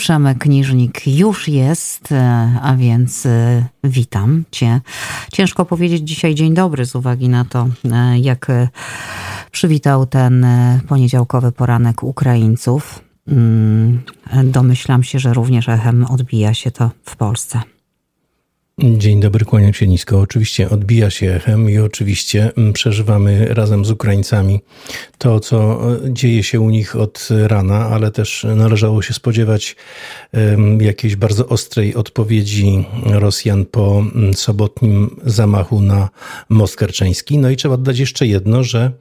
Przemek Niżnik już jest, a więc witam Cię. Ciężko powiedzieć dzisiaj dzień dobry z uwagi na to, jak przywitał ten poniedziałkowy poranek Ukraińców. Domyślam się, że również echem odbija się to w Polsce. Dzień dobry, kłaniam się nisko. Oczywiście odbija się echem i oczywiście przeżywamy razem z Ukraińcami to, co dzieje się u nich od rana, ale też należało się spodziewać jakiejś bardzo ostrej odpowiedzi Rosjan po sobotnim zamachu na Most Kerczeński. No i trzeba dodać jeszcze jedno, że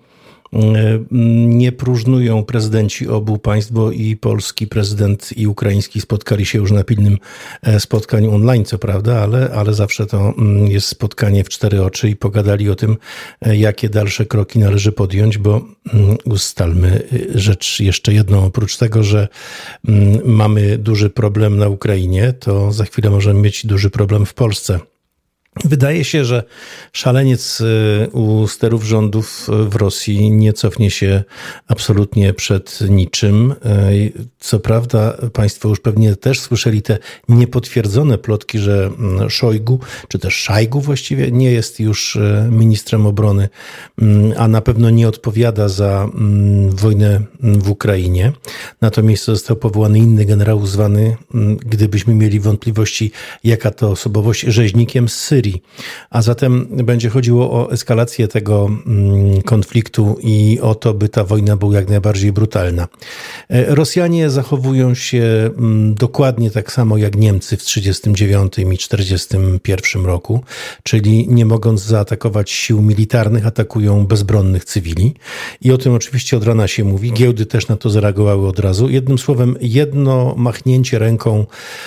nie próżnują prezydenci obu państw, bo i polski prezydent, i ukraiński spotkali się już na pilnym spotkaniu online, co prawda, ale zawsze to jest spotkanie w cztery oczy i pogadali o tym, jakie dalsze kroki należy podjąć, bo ustalmy rzecz jeszcze jedną. Oprócz tego, że mamy duży problem na Ukrainie, to za chwilę możemy mieć duży problem w Polsce. Wydaje się, że szaleniec u sterów rządów w Rosji nie cofnie się absolutnie przed niczym. Co prawda państwo już pewnie też słyszeli te niepotwierdzone plotki, że Szojgu, czy też Szajgu właściwie, nie jest już ministrem obrony, a na pewno nie odpowiada za wojnę w Ukrainie. Na to miejsce został powołany inny generał zwany, gdybyśmy mieli wątpliwości, jaka to osobowość, rzeźnikiem z Syrii. A zatem będzie chodziło o eskalację tego konfliktu i o to, by ta wojna była jak najbardziej brutalna. Rosjanie zachowują się dokładnie tak samo jak Niemcy w 1939 i 1941 roku, czyli nie mogąc zaatakować sił militarnych, atakują bezbronnych cywili. I o tym oczywiście od rana się mówi. Giełdy też na to zareagowały od razu. Jednym słowem, jedno machnięcie ręką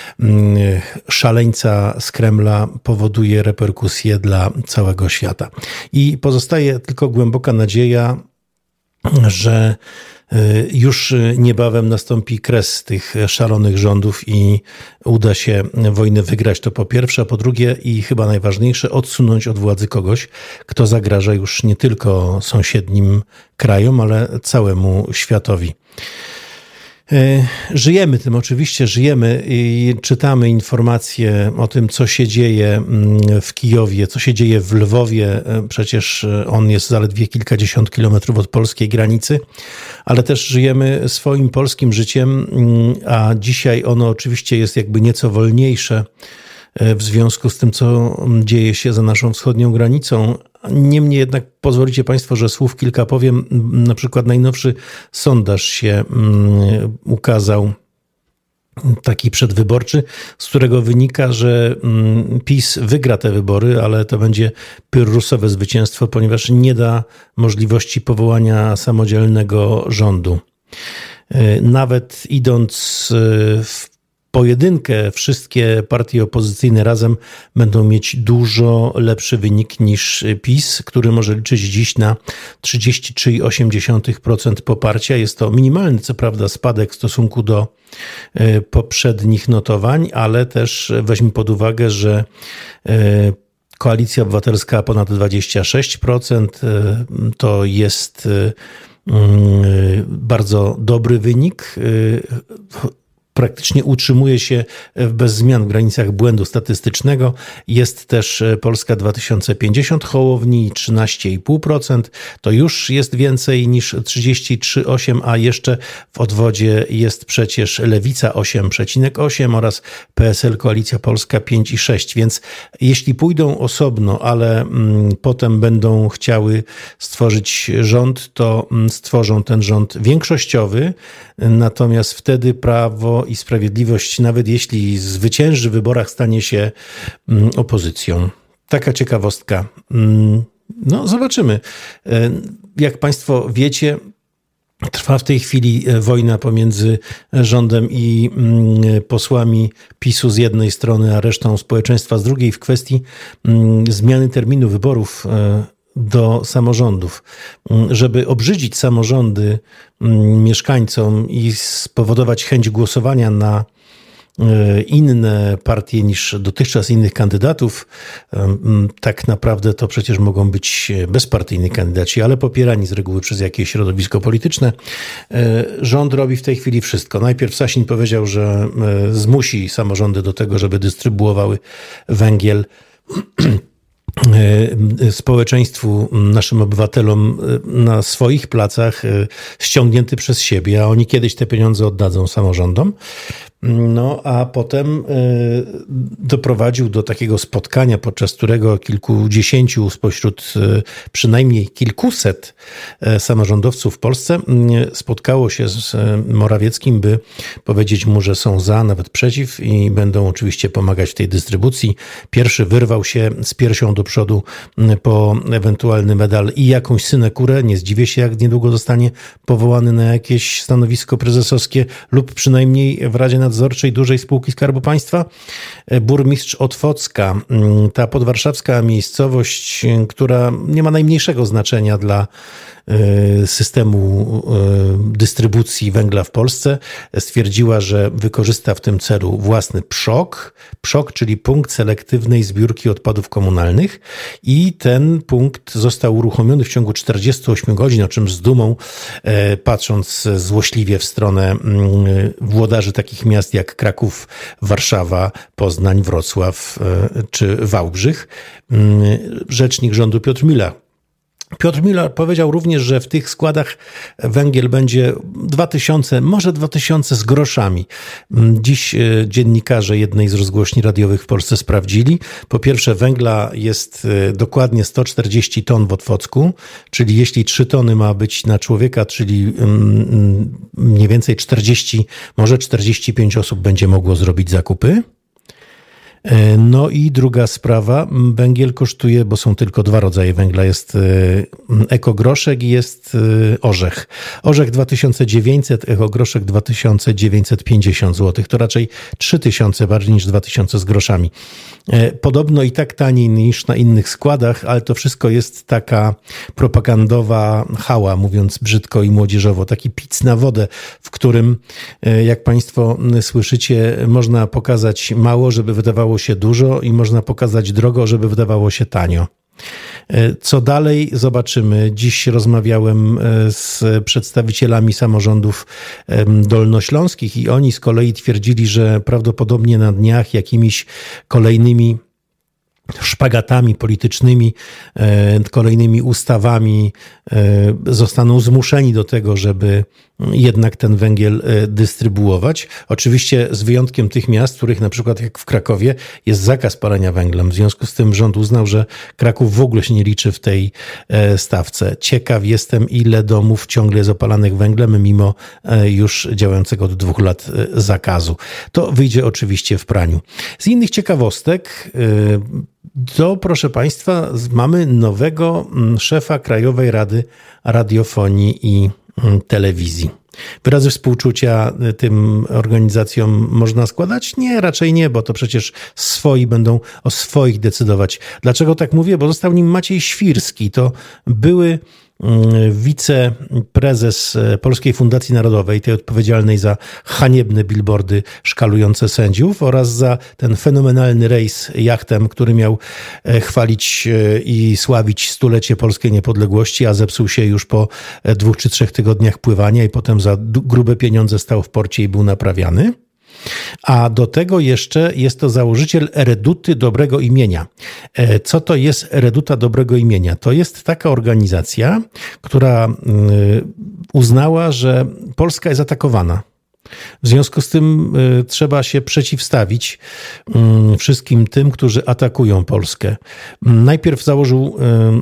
szaleńca z Kremla powoduje reperkusje dla całego świata. I pozostaje tylko głęboka nadzieja, że już niebawem nastąpi kres tych szalonych rządów i uda się wojnę wygrać, to po pierwsze, a po drugie i chyba najważniejsze, odsunąć od władzy kogoś, kto zagraża już nie tylko sąsiednim krajom, ale całemu światowi. Żyjemy tym, oczywiście żyjemy i czytamy informacje o tym, co się dzieje w Kijowie, co się dzieje w Lwowie. Przecież on jest zaledwie kilkadziesiąt kilometrów od polskiej granicy, ale też żyjemy swoim polskim życiem, a dzisiaj ono oczywiście jest jakby nieco wolniejsze w związku z tym, co dzieje się za naszą wschodnią granicą. Niemniej jednak pozwolicie Państwo, że słów kilka powiem. Na przykład najnowszy sondaż się ukazał, taki przedwyborczy, z którego wynika, że PiS wygra te wybory, ale to będzie pyrrusowe zwycięstwo, ponieważ nie da możliwości powołania samodzielnego rządu. Nawet idąc w pojedynkę, wszystkie partie opozycyjne razem będą mieć dużo lepszy wynik niż PiS, który może liczyć dziś na 33,8% poparcia. Jest to minimalny, co prawda, spadek w stosunku do poprzednich notowań, ale też weźmy pod uwagę, że Koalicja Obywatelska ponad 26%, to jest bardzo dobry wynik. Praktycznie utrzymuje się bez zmian w granicach błędu statystycznego. Jest też Polska 2050 Hołowni 13,5%. To już jest więcej niż 33,8%, a jeszcze w odwodzie jest przecież Lewica 8,8% oraz PSL Koalicja Polska 5,6%. Więc jeśli pójdą osobno, ale potem będą chciały stworzyć rząd, to stworzą ten rząd większościowy, natomiast wtedy Prawo i Sprawiedliwość, nawet jeśli zwycięży w wyborach, stanie się opozycją. Taka ciekawostka. No, zobaczymy. Jak Państwo wiecie, trwa w tej chwili wojna pomiędzy rządem i posłami PiS-u z jednej strony, a resztą społeczeństwa z drugiej w kwestii zmiany terminu wyborów do samorządów. Żeby obrzydzić samorządy mieszkańcom i spowodować chęć głosowania na inne partie niż dotychczas innych kandydatów. Tak naprawdę to przecież mogą być bezpartyjni kandydaci, ale popierani z reguły przez jakieś środowisko polityczne. Rząd robi w tej chwili wszystko. Najpierw Sasin powiedział, że zmusi samorządy do tego, żeby dystrybuowały węgiel społeczeństwu, naszym obywatelom na swoich placach, ściągnięty przez siebie, a oni kiedyś te pieniądze oddadzą samorządom. No a potem doprowadził do takiego spotkania, podczas którego kilkudziesięciu spośród przynajmniej kilkuset samorządowców w Polsce spotkało się z Morawieckim, by powiedzieć mu, że są za, nawet przeciw i będą oczywiście pomagać w tej dystrybucji. Pierwszy wyrwał się z piersią do przodu po ewentualny medal i jakąś synekurę. Nie zdziwię się, jak niedługo zostanie powołany na jakieś stanowisko prezesowskie lub przynajmniej w Radzie Nadzorczej dużej spółki Skarbu Państwa. Burmistrz Otwocka, ta podwarszawska miejscowość, która nie ma najmniejszego znaczenia dla systemu dystrybucji węgla w Polsce, stwierdziła, że wykorzysta w tym celu własny PSZOK, czyli punkt selektywnej zbiórki odpadów komunalnych, i ten punkt został uruchomiony w ciągu 48 godzin, o czym z dumą, patrząc złośliwie w stronę włodarzy takich miast jak Kraków, Warszawa, Poznań, Wrocław czy Wałbrzych, rzecznik rządu Piotr Mila. Piotr Miller powiedział również, że w tych składach węgiel będzie 2000, może 2000 z groszami. Dziś dziennikarze jednej z rozgłośni radiowych w Polsce sprawdzili. Po pierwsze, węgla jest dokładnie 140 ton w Otwocku, czyli jeśli 3 tony ma być na człowieka, czyli mniej więcej 40, może 45 osób będzie mogło zrobić zakupy. No i druga sprawa, węgiel kosztuje, bo są tylko 2 rodzaje węgla, jest ekogroszek i jest orzech. Orzech 2900, ekogroszek 2950 zł, to raczej 3000 bardziej niż 2000 z groszami. Podobno i tak taniej niż na innych składach, ale to wszystko jest taka propagandowa hała, mówiąc brzydko i młodzieżowo, taki pic na wodę, w którym, jak Państwo słyszycie, można pokazać mało, żeby wydawało się dużo, i można pokazać drogo, żeby wydawało się tanio. Co dalej, zobaczymy. Dziś rozmawiałem z przedstawicielami samorządów dolnośląskich i oni z kolei twierdzili, że prawdopodobnie na dniach jakimiś kolejnymi szpagatami politycznymi, kolejnymi ustawami zostaną zmuszeni do tego, żeby jednak ten węgiel dystrybuować. Oczywiście z wyjątkiem tych miast, w których na przykład jak w Krakowie jest zakaz palenia węglem. W związku z tym rząd uznał, że Kraków w ogóle się nie liczy w tej stawce. Ciekaw jestem, ile domów ciągle jest opalanych węglem, mimo już działającego od 2 lat zakazu. To wyjdzie oczywiście w praniu. Z innych ciekawostek to, proszę Państwa, mamy nowego szefa Krajowej Rady Radiofonii i Telewizji. Wyrazy współczucia tym organizacjom można składać? Nie, raczej nie, bo to przecież swoi będą o swoich decydować. Dlaczego tak mówię? Bo został nim Maciej Świrski. To były wiceprezes Polskiej Fundacji Narodowej, tej odpowiedzialnej za haniebne billboardy szkalujące sędziów oraz za ten fenomenalny rejs jachtem, który miał chwalić i sławić 100-lecie polskiej niepodległości, a zepsuł się już po 2 czy 3 tygodniach pływania i potem za grube pieniądze stał w porcie i był naprawiany. A do tego jeszcze jest to założyciel Ereduty Dobrego Imienia. Co to jest Ereduta Dobrego Imienia? To jest taka organizacja, która uznała, że Polska jest atakowana. W związku z tym trzeba się przeciwstawić wszystkim tym, którzy atakują Polskę. Najpierw założył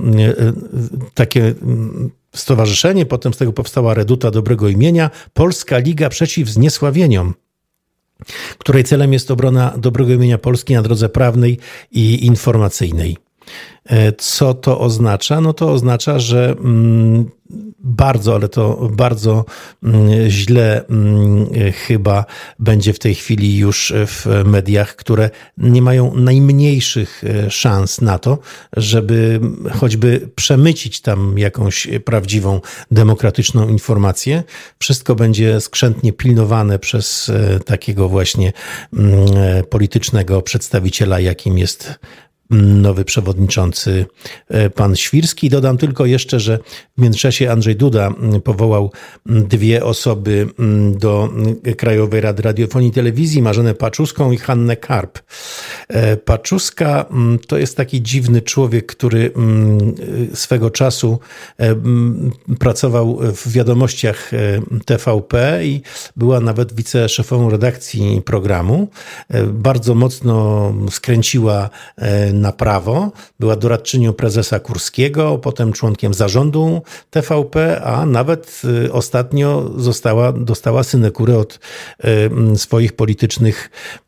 takie stowarzyszenie, potem z tego powstała Reduta Dobrego Imienia, Polska Liga Przeciw Zniesławieniom, której celem jest obrona dobrego imienia Polski na drodze prawnej i informacyjnej. Co to oznacza? No to oznacza, że bardzo, ale to bardzo źle chyba będzie w tej chwili już w mediach, które nie mają najmniejszych szans na to, żeby choćby przemycić tam jakąś prawdziwą, demokratyczną informację. Wszystko będzie skrzętnie pilnowane przez takiego właśnie politycznego przedstawiciela, jakim jest nowy przewodniczący pan Świrski. Dodam tylko jeszcze, że w międzyczasie Andrzej Duda powołał 2 osoby do Krajowej Rady Radiofonii i Telewizji, Marzenę Paczuską i Hannę Karp. Paczuska to jest taki dziwny człowiek, który swego czasu pracował w wiadomościach TVP i była nawet wiceszefową redakcji programu. Bardzo mocno skręciła na prawo, była doradczynią prezesa Kurskiego, potem członkiem zarządu TVP, a nawet ostatnio dostała synekurę od swoich politycznych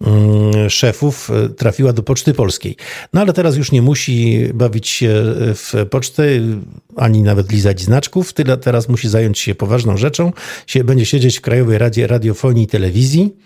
szefów, trafiła do Poczty Polskiej. No ale teraz już nie musi bawić się w pocztę, ani nawet lizać znaczków, teraz musi zająć się poważną rzeczą, będzie siedzieć w Krajowej Radzie Radiofonii i Telewizji.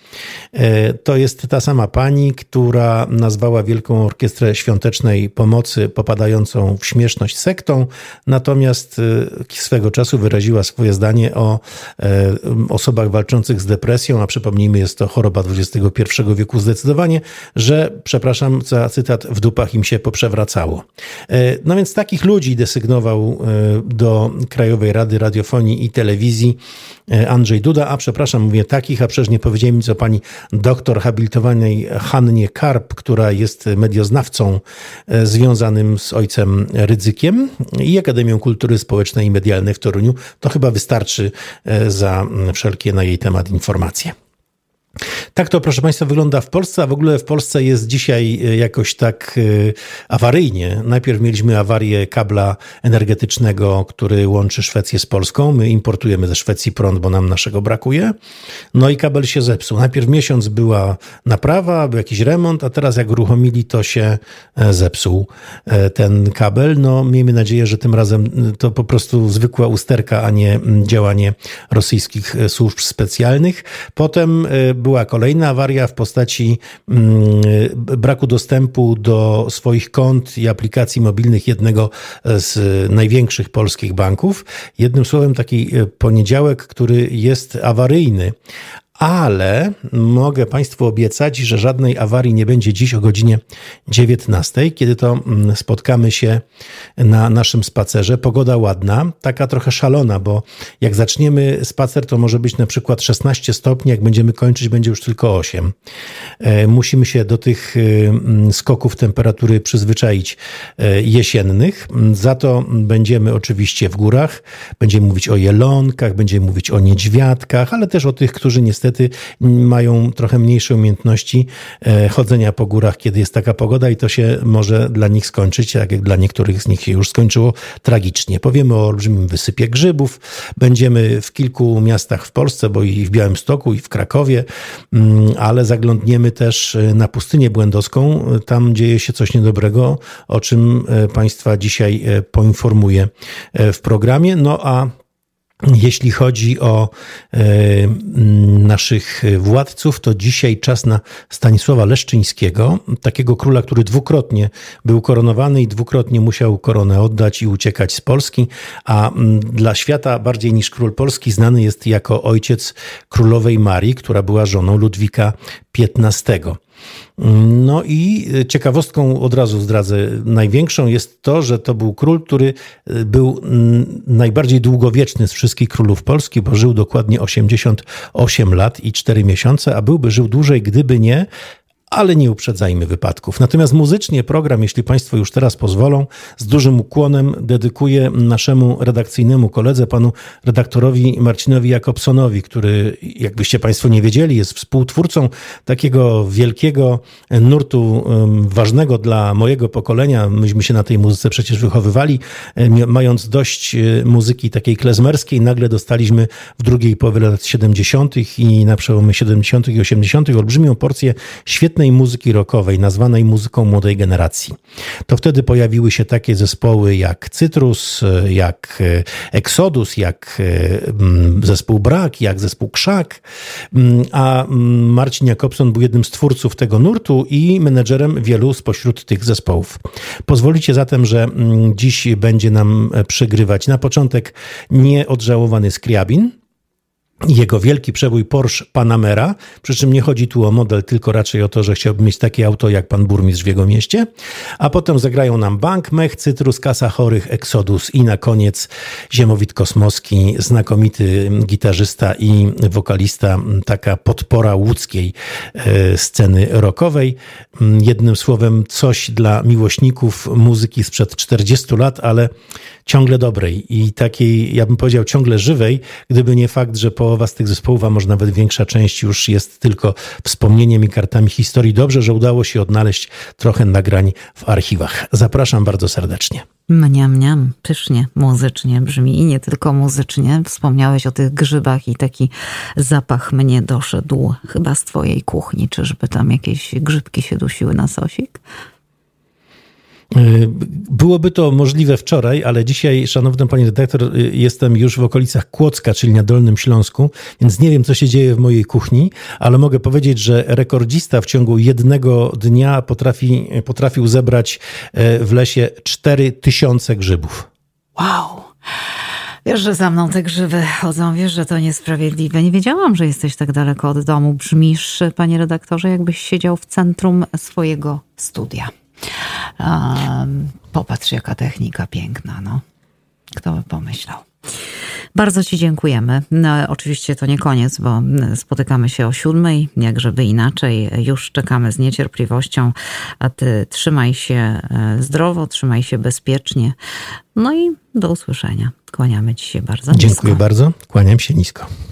To jest ta sama pani, która nazwała Wielką Orkiestrę Świątecznej Pomocy popadającą w śmieszność sektą, natomiast swego czasu wyraziła swoje zdanie o osobach walczących z depresją, a przypomnijmy, jest to choroba XXI wieku zdecydowanie, że, przepraszam za cytat, w dupach im się poprzewracało. No więc takich ludzi desygnował do Krajowej Rady Radiofonii i Telewizji Andrzej Duda, mówię takich, a przecież nie powiedziałem nic o pani doktor habilitowanej Hannie Karp, która jest medioznawcą związanym z ojcem Rydzykiem i Akademią Kultury Społecznej i Medialnej w Toruniu. To chyba wystarczy za wszelkie na jej temat informacje. Tak to, proszę Państwa, wygląda w Polsce, a w ogóle w Polsce jest dzisiaj jakoś tak awaryjnie. Najpierw mieliśmy awarię kabla energetycznego, który łączy Szwecję z Polską. My importujemy ze Szwecji prąd, bo nam naszego brakuje. No i kabel się zepsuł. Najpierw miesiąc była naprawa, był jakiś remont, a teraz jak uruchomili, to się zepsuł ten kabel. No miejmy nadzieję, że tym razem to po prostu zwykła usterka, a nie działanie rosyjskich służb specjalnych. Potem była kolejna awaria w postaci braku dostępu do swoich kont i aplikacji mobilnych jednego z największych polskich banków. Jednym słowem, taki poniedziałek, który jest awaryjny. Ale mogę Państwu obiecać, że żadnej awarii nie będzie dziś o godzinie 19, kiedy to spotkamy się na naszym spacerze. Pogoda ładna, taka trochę szalona, bo jak zaczniemy spacer, to może być na przykład 16 stopni, jak będziemy kończyć, będzie już tylko 8. Musimy się do tych skoków temperatury przyzwyczaić jesiennych. Za to będziemy oczywiście w górach, będziemy mówić o jelonkach, będziemy mówić o niedźwiadkach, ale też o tych, którzy niestety mają trochę mniejsze umiejętności chodzenia po górach, kiedy jest taka pogoda i to się może dla nich skończyć, tak jak dla niektórych z nich się już skończyło tragicznie. Powiemy o olbrzymim wysypie grzybów. Będziemy w kilku miastach w Polsce, bo i w Białymstoku, i w Krakowie, ale zaglądniemy też na Pustynię Błędowską. Tam dzieje się coś niedobrego, o czym Państwa dzisiaj poinformuję w programie. No a jeśli chodzi o naszych władców, to dzisiaj czas na Stanisława Leszczyńskiego, takiego króla, który dwukrotnie był koronowany i dwukrotnie musiał koronę oddać i uciekać z Polski, a dla świata bardziej niż król polski znany jest jako ojciec królowej Marii, która była żoną Ludwika XV. No i ciekawostką, od razu zdradzę, największą jest to, że to był król, który był najbardziej długowieczny z wszystkich królów Polski, bo żył dokładnie 88 lat i 4 miesiące, a żył dłużej, gdyby nie, ale nie uprzedzajmy wypadków. Natomiast muzycznie program, jeśli Państwo już teraz pozwolą, z dużym ukłonem dedykuję naszemu redakcyjnemu koledze, panu redaktorowi Marcinowi Jakobsonowi, który, jakbyście Państwo nie wiedzieli, jest współtwórcą takiego wielkiego nurtu, ważnego dla mojego pokolenia. Myśmy się na tej muzyce przecież wychowywali. Mając dość muzyki takiej klezmerskiej, nagle dostaliśmy w drugiej połowie lat 70. i na przełomie 70. i 80. olbrzymią porcję świetnej świetnej muzyki rockowej, nazwanej muzyką młodej generacji. To wtedy pojawiły się takie zespoły jak Cytrus, jak Exodus, jak zespół Brak, jak zespół Krzak, a Marcin Jakobson był jednym z twórców tego nurtu i menedżerem wielu spośród tych zespołów. Pozwolicie zatem, że dziś będzie nam przygrywać na początek nieodżałowany Scriabin, jego wielki przebój Porsche Panamera, przy czym nie chodzi tu o model, tylko raczej o to, że chciałbym mieć takie auto jak pan burmistrz w jego mieście, a potem zagrają nam Bank, Mech, Cytrus, Kasa Chorych, Exodus i na koniec Ziemowit Kosmowski, znakomity gitarzysta i wokalista, taka podpora łódzkiej sceny rockowej. Jednym słowem coś dla miłośników muzyki sprzed 40 lat, ale ciągle dobrej i takiej, ja bym powiedział, ciągle żywej, gdyby nie fakt, że połowa z tych zespołów, a może nawet większa część już jest tylko wspomnieniem i kartami historii. Dobrze, że udało się odnaleźć trochę nagrań w archiwach. Zapraszam bardzo serdecznie. Mniam, pysznie, muzycznie brzmi i nie tylko muzycznie. Wspomniałeś o tych grzybach i taki zapach mnie doszedł chyba z twojej kuchni. Czyżby tam jakieś grzybki się dusiły na sosik? Byłoby to możliwe wczoraj, ale dzisiaj, szanowna pani redaktor, jestem już w okolicach Kłodzka, czyli na Dolnym Śląsku, więc nie wiem, co się dzieje w mojej kuchni, ale mogę powiedzieć, że rekordzista w ciągu jednego dnia potrafił zebrać w lesie 4000 grzybów. Wow! Wiesz, że za mną te grzyby chodzą, wiesz, że to niesprawiedliwe. Nie wiedziałam, że jesteś tak daleko od domu. Brzmisz, panie redaktorze, jakbyś siedział w centrum swojego studia. Popatrz, jaka technika piękna, no. Kto by pomyślał. Bardzo ci dziękujemy. No, oczywiście to nie koniec, bo spotykamy się o 7:00, jakżeby inaczej. Już czekamy z niecierpliwością, a ty trzymaj się zdrowo, trzymaj się bezpiecznie. No i do usłyszenia. Kłaniamy ci się bardzo nisko. Dziękuję bardzo, kłaniam się nisko.